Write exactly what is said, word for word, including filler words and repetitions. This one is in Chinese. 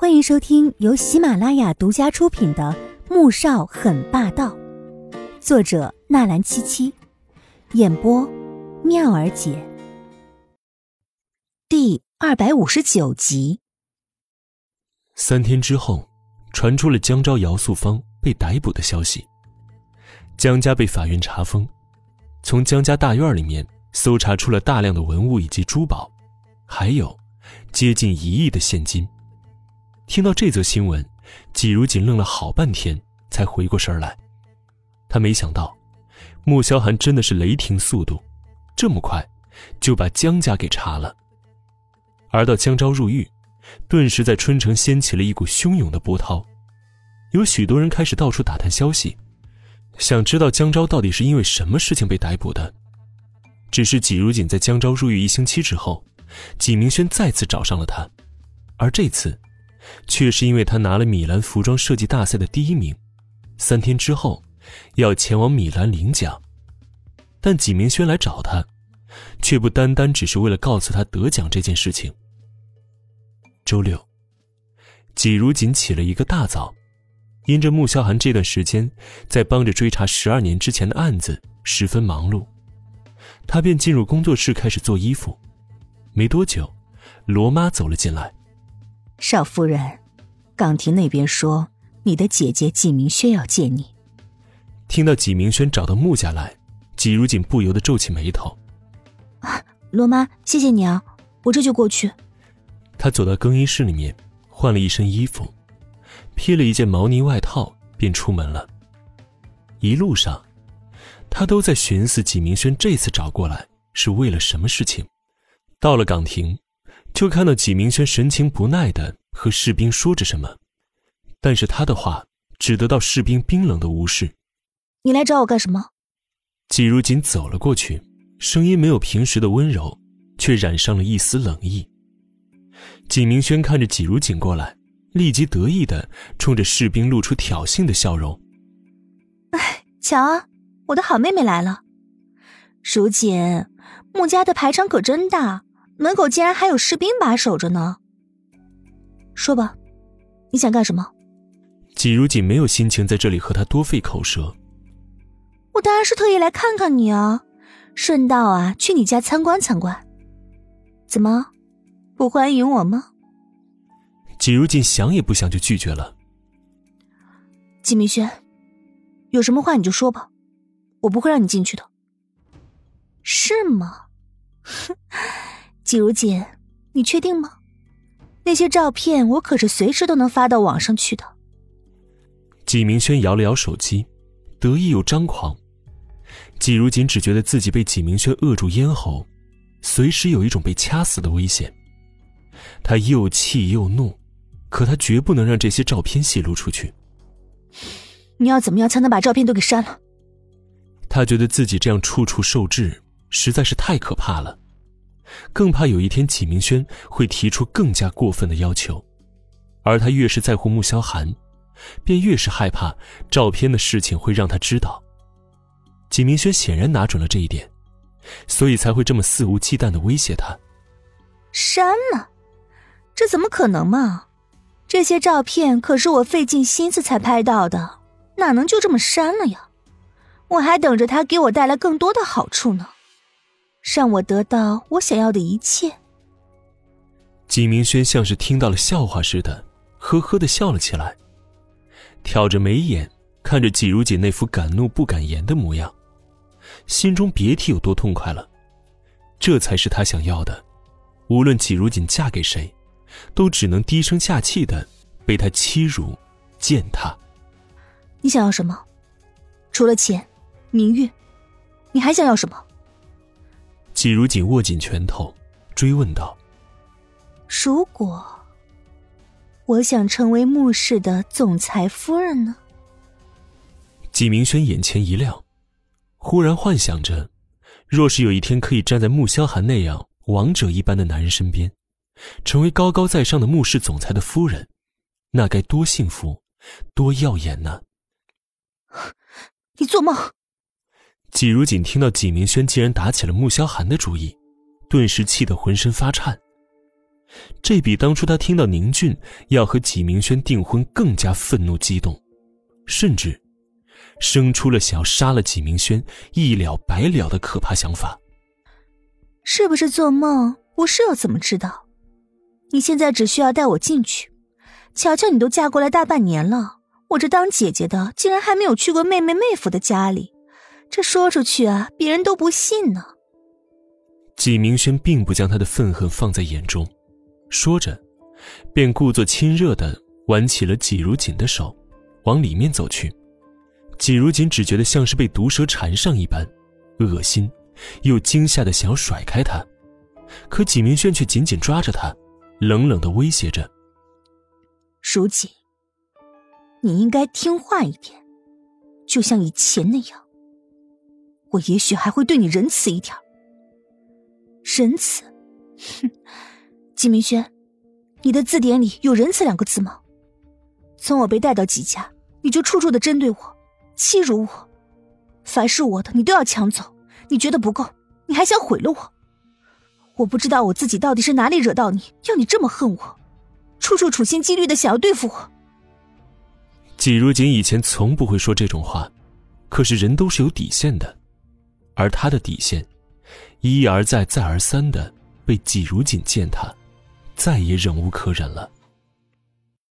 欢迎收听由喜马拉雅独家出品的《穆少很霸道》，作者纳兰七七，演播妙儿姐。第二百五十九集。 三天之后，传出了江昭、姚素芳被逮捕的消息。江家被法院查封，从江家大院里面搜查出了大量的文物以及珠宝，还有接近一亿的现金。听到这则新闻，季如锦愣了好半天才回过神来。他没想到穆萧寒真的是雷霆速度，这么快就把江家给查了。而到江昭入狱，顿时在春城掀起了一股汹涌的波涛，有许多人开始到处打探消息，想知道江昭到底是因为什么事情被逮捕的。只是季如锦在江昭入狱一星期之后，纪明轩再次找上了他，而这次却是因为他拿了米兰服装设计大赛的第一名，三天之后要前往米兰领奖。但纪明轩来找他，却不单单只是为了告诉他得奖这件事情。周六，纪如锦起了一个大早，因着穆萧寒这段时间在帮着追查十二年之前的案子十分忙碌，他便进入工作室开始做衣服。没多久，罗妈走了进来。 少夫人，岗亭那边说你的姐姐纪明轩要见你。 听到纪明轩找到穆家来，纪如锦不由得皱起眉头。 啊，罗妈，谢谢你啊，我这就过去。 他走到更衣室里面，换了一身衣服，披了一件毛呢外套，便出门了。一路上，他都在寻思纪明轩这次找过来是为了什么事情。到了岗亭，就看到纪明轩神情不耐地和士兵说着什么，但是他的话只得到士兵冰冷的无视。 你来找我干什么？ 纪如锦走了过去，声音没有平时的温柔，却染上了一丝冷意。纪明轩看着纪如锦过来，立即得意地冲着士兵露出挑衅的笑容。 哎，瞧啊，我的好妹妹来了。如锦，穆家的排场可真大，门口竟然还有士兵把守着呢。说吧，你想干什么？ 纪如锦没有心情在这里和他多费口舌。 我当然是特意来看看你啊，顺道啊去你家参观参观。怎么，不欢迎我吗？ 纪如锦想也不想就拒绝了。 纪明轩，有什么话你就说吧，我不会让你进去的。是吗？纪如锦，你确定吗？那些照片我可是随时都能发到网上去的。 纪明轩摇了摇手机，得意又张狂。纪如锦只觉得自己被纪明轩扼住咽喉，随时有一种被掐死的危险。他又气又怒，可他绝不能让这些照片泄露出去。 你要怎么样才能把照片都给删了？ 他觉得自己这样处处受制实在是太可怕了，更怕有一天纪明轩会提出更加过分的要求，而他越是在乎穆萧寒，便越是害怕照片的事情会让他知道。纪明轩显然拿准了这一点，所以才会这么肆无忌惮地威胁他。 删了？这怎么可能嘛？这些照片可是我费尽心思才拍到的，哪能就这么删了呀？我还等着他给我带来更多的好处呢，让我得到我想要的一切。 纪明轩像是听到了笑话似的，呵呵地笑了起来，挑着眉眼看着纪如锦那副敢怒不敢言的模样，心中别提有多痛快了。这才是他想要的，无论纪如锦嫁给谁，都只能低声下气的被他欺辱践踏。 你想要什么？除了钱名誉，你还想要什么？ 纪如锦握紧拳头追问道。 如果我想成为穆氏的总裁夫人呢？ 纪明轩眼前一亮，忽然幻想着，若是有一天可以站在穆萧寒那样王者一般的男人身边，成为高高在上的穆氏总裁的夫人，那该多幸福，多耀眼呢！ 你做梦！ 纪如锦听到纪明轩竟然打起了穆萧寒的主意，顿时气得浑身发颤。 这比当初他听到宁俊要和纪明轩订婚更加愤怒激动，甚至生出了想要杀了纪明轩一了百了的可怕想法。 是不是做梦？我是又怎么知道？你现在只需要带我进去，瞧瞧你都嫁过来大半年了，我这当姐姐的竟然还没有去过妹妹妹夫的家里，这说出去啊，别人都不信呢。 纪明轩并不将他的愤恨放在眼中，说着便故作亲热地挽起了纪如锦的手，往里面走去。纪如锦只觉得像是被毒蛇缠上一般，恶心又惊吓地想要甩开他，可纪明轩却紧紧抓着他，冷冷地威胁着： 如锦，你应该听话一点，就像以前那样，我也许还会对你仁慈一点。仁慈？哼，纪明轩，你的字典里有仁慈两个字吗？从我被带到纪家，你就处处的针对我，欺辱我，凡是我的你都要抢走，你觉得不够，你还想毁了我。我不知道我自己到底是哪里惹到你，要你这么恨我，处处处心积虑的想要对付我。 纪如锦以前从不会说这种话，可是人都是有底线的，而他的底线一而再再而三的被纪如锦践踏，再也忍无可忍了。